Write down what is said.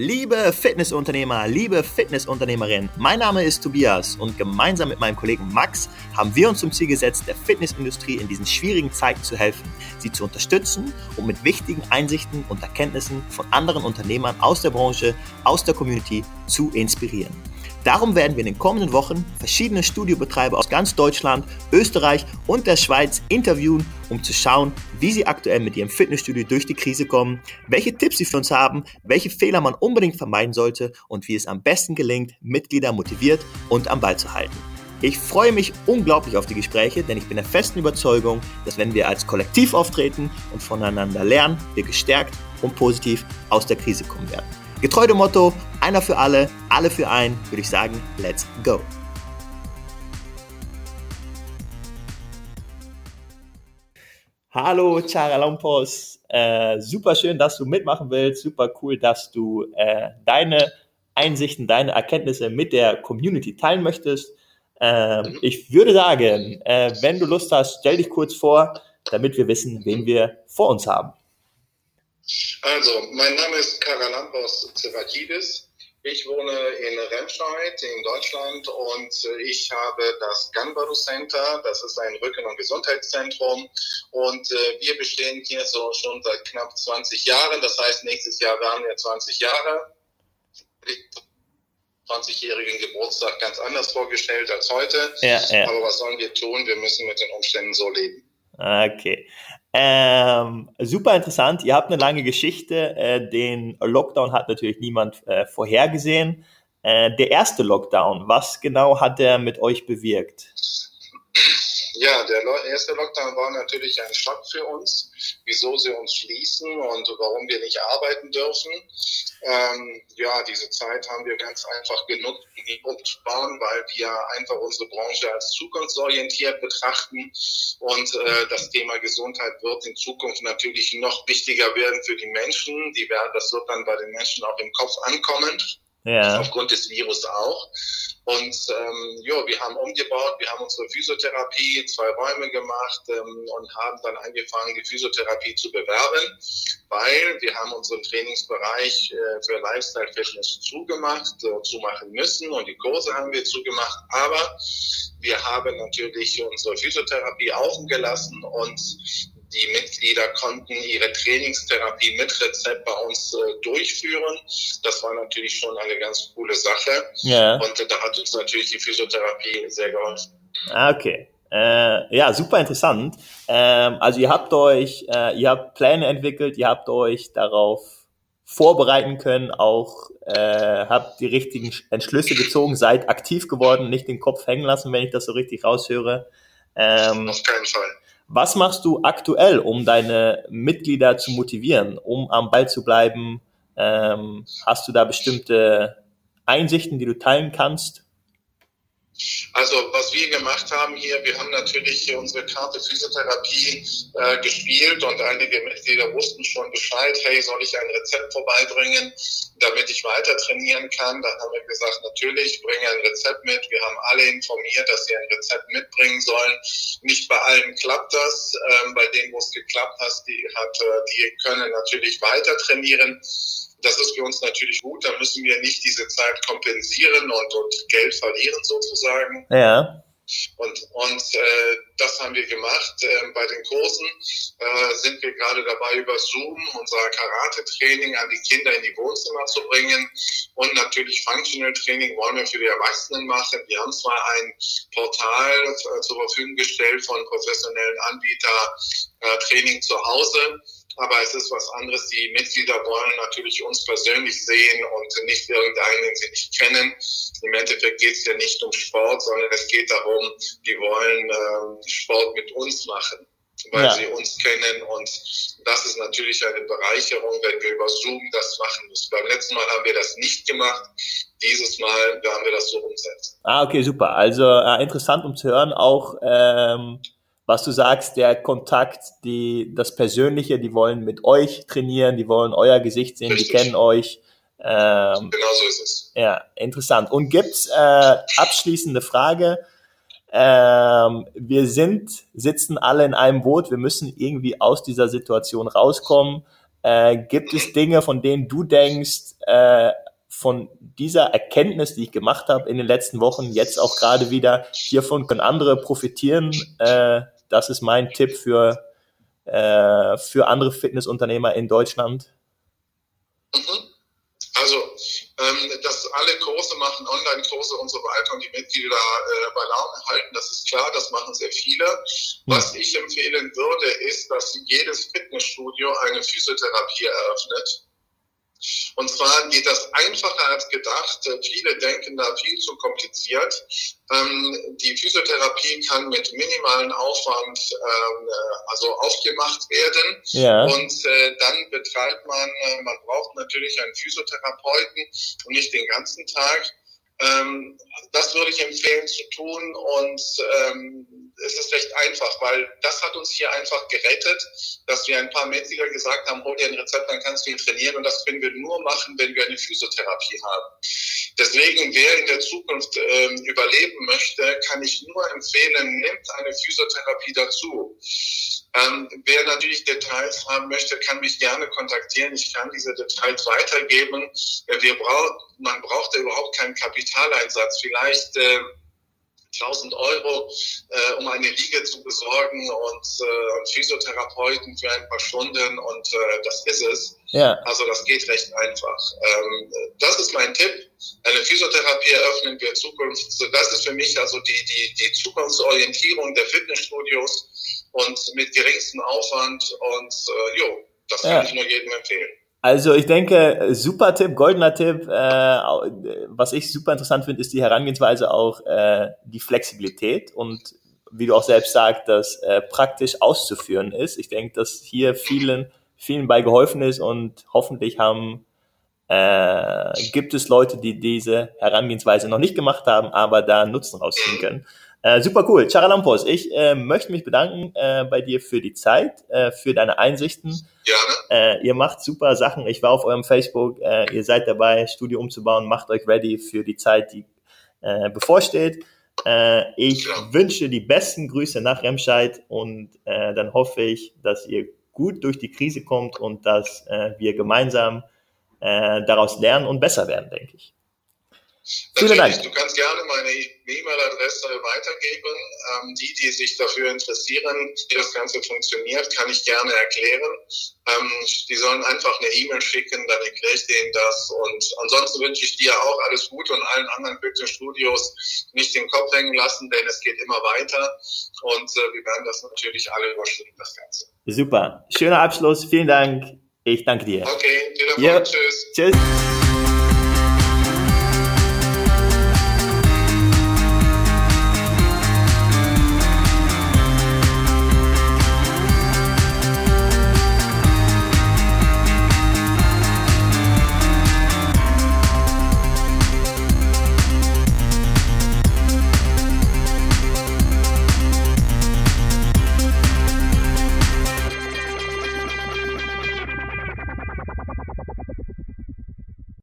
Liebe Fitnessunternehmer, liebe Fitnessunternehmerin, mein Name ist Tobias und gemeinsam mit meinem Kollegen Max haben wir uns zum Ziel gesetzt, der Fitnessindustrie in diesen schwierigen Zeiten zu helfen, sie zu unterstützen und mit wichtigen Einsichten und Erkenntnissen von anderen Unternehmern aus der Branche, aus der Community zu inspirieren. Darum werden wir in den kommenden Wochen verschiedene Studiobetreiber aus ganz Deutschland, Österreich und der Schweiz interviewen, um zu schauen, wie sie aktuell mit ihrem Fitnessstudio durch die Krise kommen, welche Tipps sie für uns haben, welche Fehler man unbedingt vermeiden sollte und wie es am besten gelingt, Mitglieder motiviert und am Ball zu halten. Ich freue mich unglaublich auf die Gespräche, denn ich bin der festen Überzeugung, dass wenn wir als Kollektiv auftreten und voneinander lernen, wir gestärkt und positiv aus der Krise kommen werden. Getreu dem Motto, einer für alle für einen, würde ich sagen, let's go. Hallo Chara Lampos, super schön, dass du mitmachen willst, super cool, dass du deine Einsichten, deine Erkenntnisse mit der Community teilen möchtest. Ich würde sagen, wenn du Lust hast, stell dich kurz vor, damit wir wissen, wen wir vor uns haben. Also, mein Name ist Karalampos Tsevakidis. Ich wohne in Remscheid in Deutschland und ich habe das Ganbaru Center, das ist ein Rücken- und Gesundheitszentrum und wir bestehen hier so schon seit knapp 20 Jahren, das heißt nächstes Jahr werden wir 20 Jahre. 20-jährigen Geburtstag ganz anders vorgestellt als heute, aber was sollen wir tun? Wir müssen mit den Umständen so leben. Okay. Super interessant. Ihr habt eine lange Geschichte. Den Lockdown hat natürlich niemand vorhergesehen. Der erste Lockdown, was genau hat der mit euch bewirkt? Ja, der erste Lockdown war natürlich ein Schock für uns, wieso sie uns schließen und warum wir nicht arbeiten dürfen. Diese Zeit haben wir ganz einfach genutzt, um zu sparen, weil wir einfach unsere Branche als zukunftsorientiert betrachten und das Thema Gesundheit wird in Zukunft natürlich noch wichtiger werden für die Menschen. Das wird dann bei den Menschen auch im Kopf ankommen. Ja. Aufgrund des Virus auch. Und wir haben umgebaut, wir haben unsere Physiotherapie, 2 Räume gemacht und haben dann angefangen, die Physiotherapie zu bewerben, weil wir haben unseren Trainingsbereich für Lifestyle Fitness zumachen müssen und die Kurse haben wir zugemacht, aber wir haben natürlich unsere Physiotherapie offen gelassen und die Mitglieder konnten ihre Trainingstherapie mit Rezept bei uns durchführen. Das war natürlich schon eine ganz coole Sache. Ja. Und da hat uns natürlich die Physiotherapie sehr geholfen. Okay. Super interessant. Also ihr habt Pläne entwickelt, ihr habt euch darauf vorbereiten können, auch habt die richtigen Entschlüsse gezogen, seid aktiv geworden, nicht den Kopf hängen lassen, wenn ich das so richtig raushöre. Auf keinen Fall. Was machst du aktuell, um deine Mitglieder zu motivieren, um am Ball zu bleiben? Hast du da bestimmte Einsichten, die du teilen kannst? Also was wir gemacht haben hier, wir haben natürlich unsere Karte Physiotherapie gespielt und einige Mitglieder wussten schon Bescheid, hey, soll ich ein Rezept vorbeibringen, damit ich weiter trainieren kann? Dann haben wir gesagt, natürlich, bringe ein Rezept mit. Wir haben alle informiert, dass sie ein Rezept mitbringen sollen. Nicht bei allen klappt das. Bei denen, wo es geklappt hat, die können natürlich weiter trainieren. Das ist für uns natürlich gut, da müssen wir nicht diese Zeit kompensieren und Geld verlieren sozusagen. Ja. Und das haben wir gemacht. Bei den Kursen sind wir gerade dabei, über Zoom unser Karate-Training an die Kinder in die Wohnzimmer zu bringen. Und natürlich Functional Training wollen wir für die Erwachsenen machen. Wir haben zwar ein Portal zur Verfügung gestellt von professionellen Anbietern, Training zu Hause, aber es ist was anderes. Die Mitglieder wollen natürlich uns persönlich sehen und nicht irgendeinen, den sie nicht kennen. Im Endeffekt geht es ja nicht um Sport, sondern es geht darum, die wollen Sport mit uns machen, weil sie uns kennen. Und das ist natürlich eine Bereicherung, wenn wir über Zoom das machen müssen. Beim letzten Mal haben wir das nicht gemacht. Dieses Mal werden wir das so umsetzen. Okay, super. Also interessant, um zu hören, auch was du sagst, der Kontakt, das Persönliche, die wollen mit euch trainieren, die wollen euer Gesicht sehen, Richtig. Die kennen euch. Genau so ist es. Ja, interessant. Und gibt's abschließende Frage? Wir sitzen alle in einem Boot, wir müssen irgendwie aus dieser Situation rauskommen. Gibt es Dinge, von denen du denkst, von dieser Erkenntnis, die ich gemacht habe in den letzten Wochen, jetzt auch gerade wieder, hiervon können andere profitieren? Das ist mein Tipp für andere Fitnessunternehmer in Deutschland. Also, dass alle Kurse machen, Online-Kurse und so weiter und die Mitglieder bei Laune halten, das ist klar, das machen sehr viele. Was ich empfehlen würde, ist, dass jedes Fitnessstudio eine Physiotherapie eröffnet. Und zwar geht das einfacher als gedacht. Viele denken da viel zu kompliziert. Die Physiotherapie kann mit minimalen Aufwand aufgemacht werden. Ja. Und dann betreibt man braucht natürlich einen Physiotherapeuten und nicht den ganzen Tag. Das würde ich empfehlen zu tun und es ist recht einfach, weil das hat uns hier einfach gerettet, dass wir ein paar Mitglieder gesagt haben, hol dir ein Rezept, dann kannst du ihn trainieren und das können wir nur machen, wenn wir eine Physiotherapie haben. Deswegen, wer in der Zukunft überleben möchte, kann ich nur empfehlen, nimmt eine Physiotherapie dazu. Wer natürlich Details haben möchte, kann mich gerne kontaktieren. Ich kann diese Details weitergeben. Man braucht ja überhaupt keinen Kapitaleinsatz. Vielleicht 1.000 Euro, um eine Liege zu besorgen und einen Physiotherapeuten für ein paar Stunden und das ist es. Ja. Also das geht recht einfach. Das ist mein Tipp. Eine Physiotherapie eröffnen wir Zukunft. Das ist für mich also die Zukunftsorientierung der Fitnessstudios und mit geringstem Aufwand und das kann ich nur jedem empfehlen. Also ich denke, super Tipp, goldener Tipp. Was ich super interessant finde, ist die Herangehensweise auch die Flexibilität und wie du auch selbst sagst, dass praktisch auszuführen ist. Ich denke, dass hier vielen bei geholfen ist und hoffentlich gibt es Leute, die diese Herangehensweise noch nicht gemacht haben, aber da Nutzen rausziehen können. Super cool. Charalampos, ich möchte mich bedanken bei dir für die Zeit, für deine Einsichten. Gerne. Ihr macht super Sachen. Ich war auf eurem Facebook. Ihr seid dabei, Studio umzubauen. Macht euch ready für die Zeit, die bevorsteht. Ich wünsche die besten Grüße nach Remscheid und dann hoffe ich, dass ihr gut durch die Krise kommt und dass wir gemeinsam daraus lernen und besser werden, denke ich. Vielen Dank. Du kannst gerne meine E-Mail-Adresse weitergeben. Die sich dafür interessieren, wie das Ganze funktioniert, kann ich gerne erklären. Die sollen einfach eine E-Mail schicken, dann erkläre ich denen das. Und ansonsten wünsche ich dir auch alles Gute und allen anderen Fitnessstudios nicht den Kopf hängen lassen, denn es geht immer weiter. Und wir werden das natürlich alle überstehen, das Ganze. Super. Schöner Abschluss. Vielen Dank. Ich danke dir. Okay, viel Erfolg. Tschüss. Tschüss.